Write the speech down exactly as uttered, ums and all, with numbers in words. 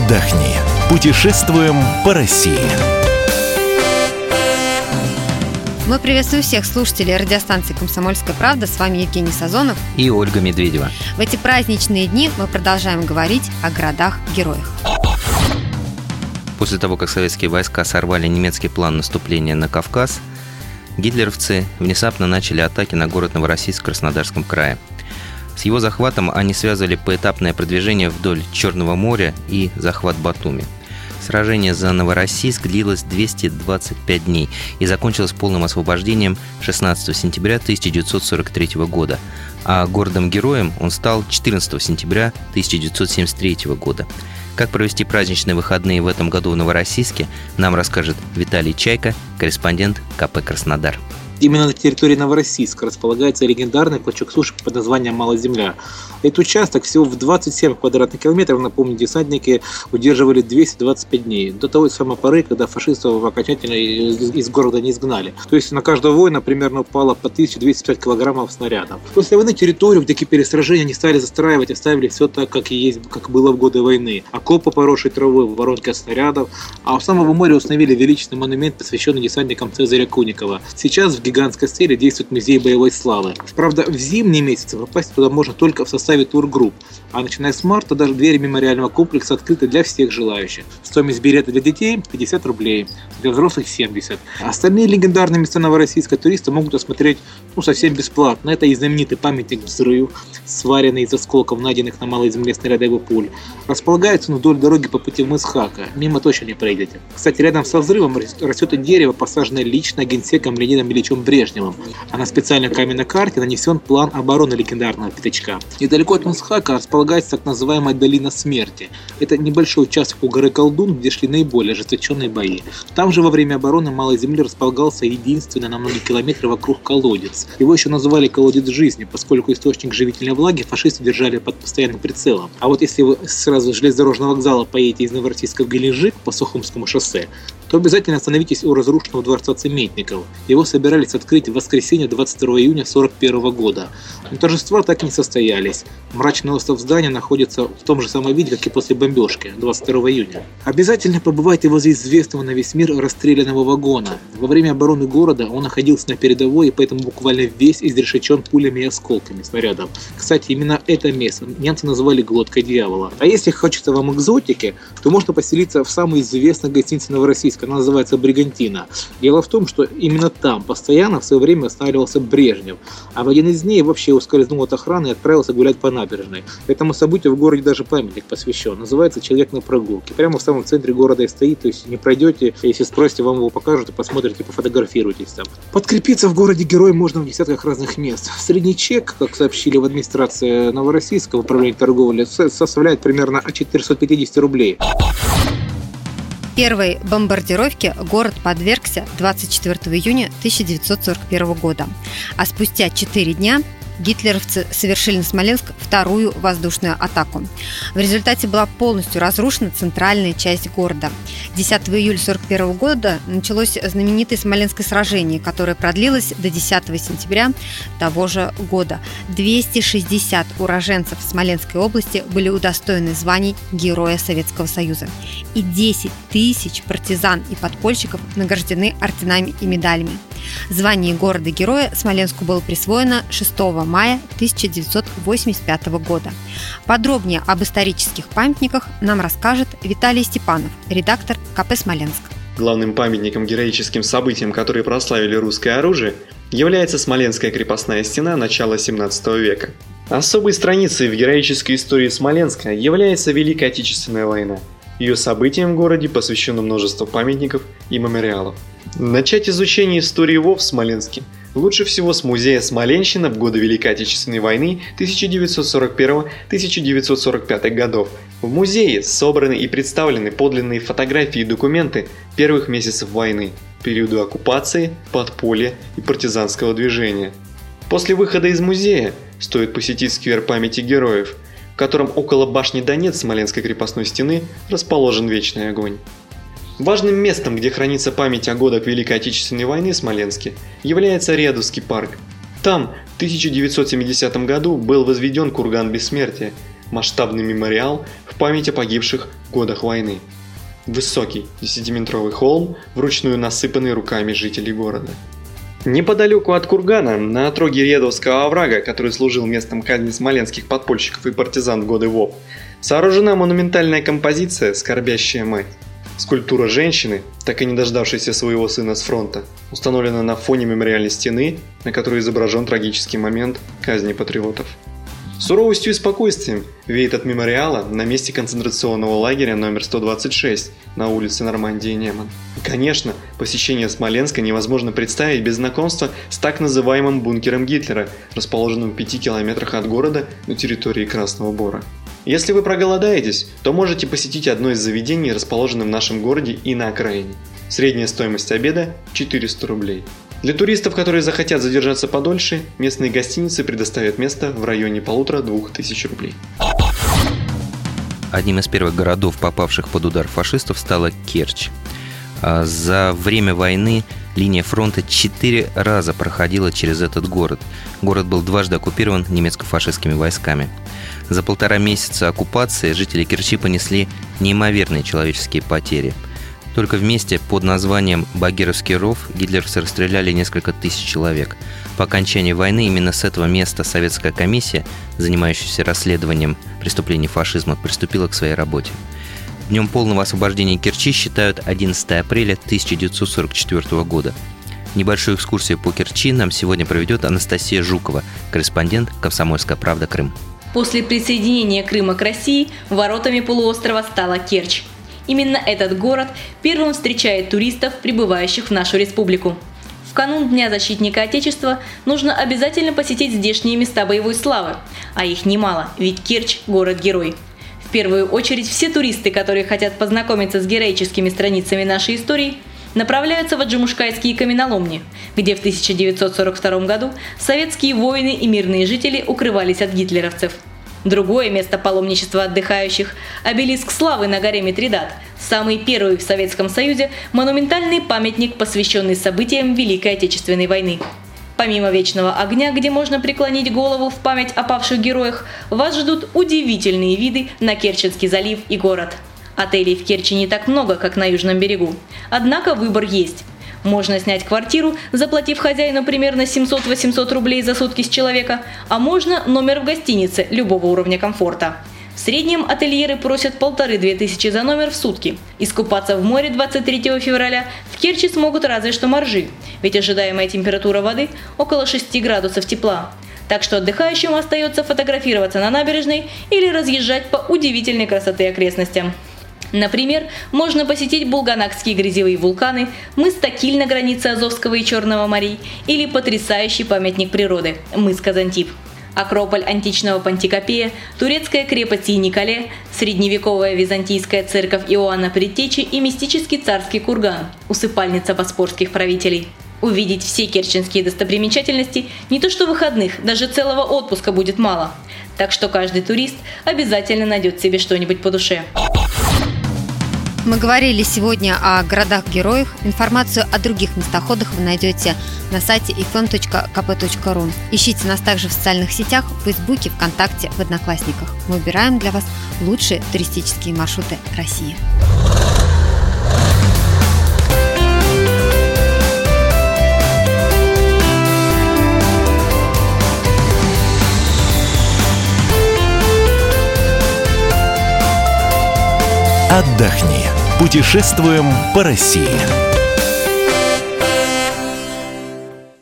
отдохни. Путешествуем по России. Мы приветствуем всех слушателей радиостанции «Комсомольская правда». С вами Евгений Сазонов и Ольга Медведева. В эти праздничные дни мы продолжаем говорить о городах-героях. После того, как советские войска сорвали немецкий план наступления на Кавказ, гитлеровцы внезапно начали атаки на город Новороссийск в Краснодарском крае. С его захватом они связали поэтапное продвижение вдоль Черного моря и захват Батуми. Сражение за Новороссийск длилось двести двадцать пять дней и закончилось полным освобождением шестнадцатого сентября тысяча девятьсот сорок третьего года, а городом-героем он стал четырнадцатого сентября тысяча девятьсот семьдесят третьего года. Как провести праздничные выходные в этом году в Новороссийске, нам расскажет Виталий Чайка, корреспондент ка пэ «Краснодар». Именно на территории Новороссийска располагается легендарный клочок суши под названием Малая Земля. Этот участок всего в двадцать семь квадратных километров, напомню, десантники удерживали двести двадцать пять дней, до того самой поры, когда фашистов окончательно из города не изгнали. То есть на каждого воина примерно упало по тысяча двести пять килограммов снарядов. После войны территорию, где кипели сражения, не стали застраивать, оставили все так, как и есть, как было в годы войны. Окопы, поросшие травой, воронки от снарядов. А у самого моря установили величественный монумент, посвященный десантникам Цезаря Куникова. Сейчас в гигантской стеле действует музей боевой славы. Правда, в зимние месяцы попасть туда можно только в составе тургрупп, а начиная с марта даже двери мемориального комплекса открыты для всех желающих. Стоимость билета для детей пятьдесят рублей, для взрослых семьдесят. Остальные легендарные места Новороссийска туристы могут осмотреть ну, совсем бесплатно. Это и знаменитый памятник «Взрыв», сваренный из осколков, найденных на Малой Земле снарядов и пуль. Располагается он вдоль дороги по пути в мыс Хака. Мимо точно не пройдете. Кстати, рядом со взрывом растет и дерево, посаженное лично генсеком Леонидом Ильичем Брежневым. А на специальной каменной карте нанесен план обороны легендарного пятачка. Недалеко от Мусхака располагается так называемая долина смерти. Это небольшой участок у горы Колдун, где шли наиболее ожесточенные бои. Там же во время обороны Малой Земли располагался единственный на многие километры вокруг колодец. Его еще называли колодец жизни, поскольку источник живительной влаги фашисты держали под постоянным прицелом. А вот если вы сразу с железнодорожного вокзала поедете из Новороссийска в Геленджик по Сухумскому шоссе, то обязательно остановитесь у разрушенного дворца Цементников. Его собирались открыть в воскресенье двадцать второго июня сорок первого года. Но торжества так и не состоялись. Мрачный остров здания находится в том же самом виде, как и после бомбежки двадцать второго июня. Обязательно побывайте возле известного на весь мир расстрелянного вагона. Во время обороны города он находился на передовой и поэтому буквально весь изрешечен пулями и осколками снарядов. Кстати, именно это место немцы называли глоткой дьявола. А если хочется вам экзотики, то можно поселиться в самой известной гостинице Новороссийска. Она называется «Бригантина». Дело в том, что именно там постоянно в свое время останавливался Брежнев, а в один из дней вообще ускользнул от охраны и отправился гулять по набережной. Этому событию в городе даже памятник посвящен. Называется «Человек на прогулке». Прямо в самом центре города и стоит, то есть не пройдете, если спросите, вам его покажут и посмотрите, пофотографируйтесь там. Подкрепиться в городе герой можно в десятках разных мест. Средний чек, как сообщили в администрации Новороссийска в управлении торговли, составляет примерно от четырехсот пятидесяти рублей. Первой бомбардировке город подвергся двадцать четвёртого июня тысяча девятьсот сорок первого года, а спустя четыре дня гитлеровцы совершили на Смоленск вторую воздушную атаку. В результате была полностью разрушена центральная часть города. десятого июля сорок первого года началось знаменитое Смоленское сражение, которое продлилось до десятого сентября того же года. двести шестьдесят уроженцев Смоленской области были удостоены званий Героя Советского Союза. И десять тысяч партизан и подпольщиков награждены орденами и медалями. Звание города-героя Смоленску было присвоено шестого мая тысяча девятьсот восемьдесят пятого года. Подробнее об исторических памятниках нам расскажет Виталий Степанов, редактор ка пэ «Смоленск». Главным памятником героическим событиям, которые прославили русское оружие, является Смоленская крепостная стена начала семнадцатого века. Особой страницей в героической истории Смоленска является Великая Отечественная война. Ее событиям в городе посвящено множество памятников и мемориалов. Начать изучение истории ВОВ в Смоленске лучше всего с музея «Смоленщина» в годы Великой Отечественной войны тысяча девятьсот сорок первого — тысяча девятьсот сорок пятого годов. В музее собраны и представлены подлинные фотографии и документы первых месяцев войны, периода оккупации, подполья и партизанского движения. После выхода из музея стоит посетить сквер памяти героев, в котором около башни Донец Смоленской крепостной стены расположен Вечный огонь. Важным местом, где хранится память о годах Великой Отечественной войны в Смоленске, является Риадовский парк. Там в тысяча девятьсот семидесятом году был возведен курган бессмертия, масштабный мемориал в память о погибших в годах войны. Высокий десятиметровый холм, вручную насыпанный руками жителей города. Неподалеку от кургана, на отроге Редовского оврага, который служил местом казни смоленских подпольщиков и партизан в годы ВОП, сооружена монументальная композиция «Скорбящая мать». Скульптура женщины, так и не дождавшейся своего сына с фронта, установлена на фоне мемориальной стены, на которой изображен трагический момент казни патриотов. Суровостью и спокойствием веет от мемориала на месте концентрационного лагеря номер сто двадцать шесть на улице Нормандии-Неман. И, конечно, посещение Смоленска невозможно представить без знакомства с так называемым бункером Гитлера, расположенным в пяти километрах от города на территории Красного Бора. Если вы проголодаетесь, то можете посетить одно из заведений, расположенных в нашем городе и на окраине. Средняя стоимость обеда – четыреста рублей. Для туристов, которые захотят задержаться подольше, местные гостиницы предоставят место в районе полутора-двух тысяч рублей. Одним из первых городов, попавших под удар фашистов, стала Керчь. За время войны линия фронта четыре раза проходила через этот город. Город был дважды оккупирован немецко-фашистскими войсками. За полтора месяца оккупации жители Керчи понесли неимоверные человеческие потери. Только в месте под названием Багировский ров гитлеровцы расстреляли несколько тысяч человек. По окончании войны именно с этого места советская комиссия, занимающаяся расследованием преступлений фашизма, приступила к своей работе. Днем полного освобождения Керчи считают одиннадцатое апреля тысяча девятьсот сорок четвёртого года. Небольшую экскурсию по Керчи нам сегодня проведет Анастасия Жукова, корреспондент «Комсомольская правда. Крым». После присоединения Крыма к России воротами полуострова стала Керчь. Именно этот город первым встречает туристов, прибывающих в нашу республику. В канун Дня защитника Отечества нужно обязательно посетить здешние места боевой славы, а их немало, ведь Керчь – город-герой. В первую очередь все туристы, которые хотят познакомиться с героическими страницами нашей истории, направляются в Аджимушкайские каменоломни, где в тысяча девятьсот сорок втором году советские воины и мирные жители укрывались от гитлеровцев. Другое место паломничества отдыхающих – обелиск славы на горе Митридат, самый первый в Советском Союзе монументальный памятник, посвященный событиям Великой Отечественной войны. Помимо Вечного огня, где можно преклонить голову в память о павших героях, вас ждут удивительные виды на Керченский залив и город. Отелей в Керчи не так много, как на Южном берегу. Однако выбор есть. Можно снять квартиру, заплатив хозяину примерно семьсот-восемьсот рублей за сутки с человека, а можно номер в гостинице любого уровня комфорта. В среднем ательеры просят полторы-две тысячи за номер в сутки. Искупаться в море двадцать третьего февраля в Керчи смогут разве что моржи, ведь ожидаемая температура воды около шести градусов тепла. Так что отдыхающим остается фотографироваться на набережной или разъезжать по удивительной красоты окрестностям. Например, можно посетить Булганакские грязевые вулканы, мыс Такиль на границе Азовского и Черного морей или потрясающий памятник природы – мыс Казантип. Акрополь античного Пантикопея, турецкая крепость Еникале, средневековая византийская церковь Иоанна Предтечи и мистический царский курган – усыпальница боспорских правителей. Увидеть все керченские достопримечательности не то что выходных, даже целого отпуска будет мало. Так что каждый турист обязательно найдет себе что-нибудь по душе. Мы говорили сегодня о городах-героях. Информацию о других местоходах вы найдете на сайте эф эм точка ка пэ точка ру. Ищите нас также в социальных сетях, в Фейсбуке, ВКонтакте, в Одноклассниках. Мы выбираем для вас лучшие туристические маршруты России. Отдохни. Путешествуем по России.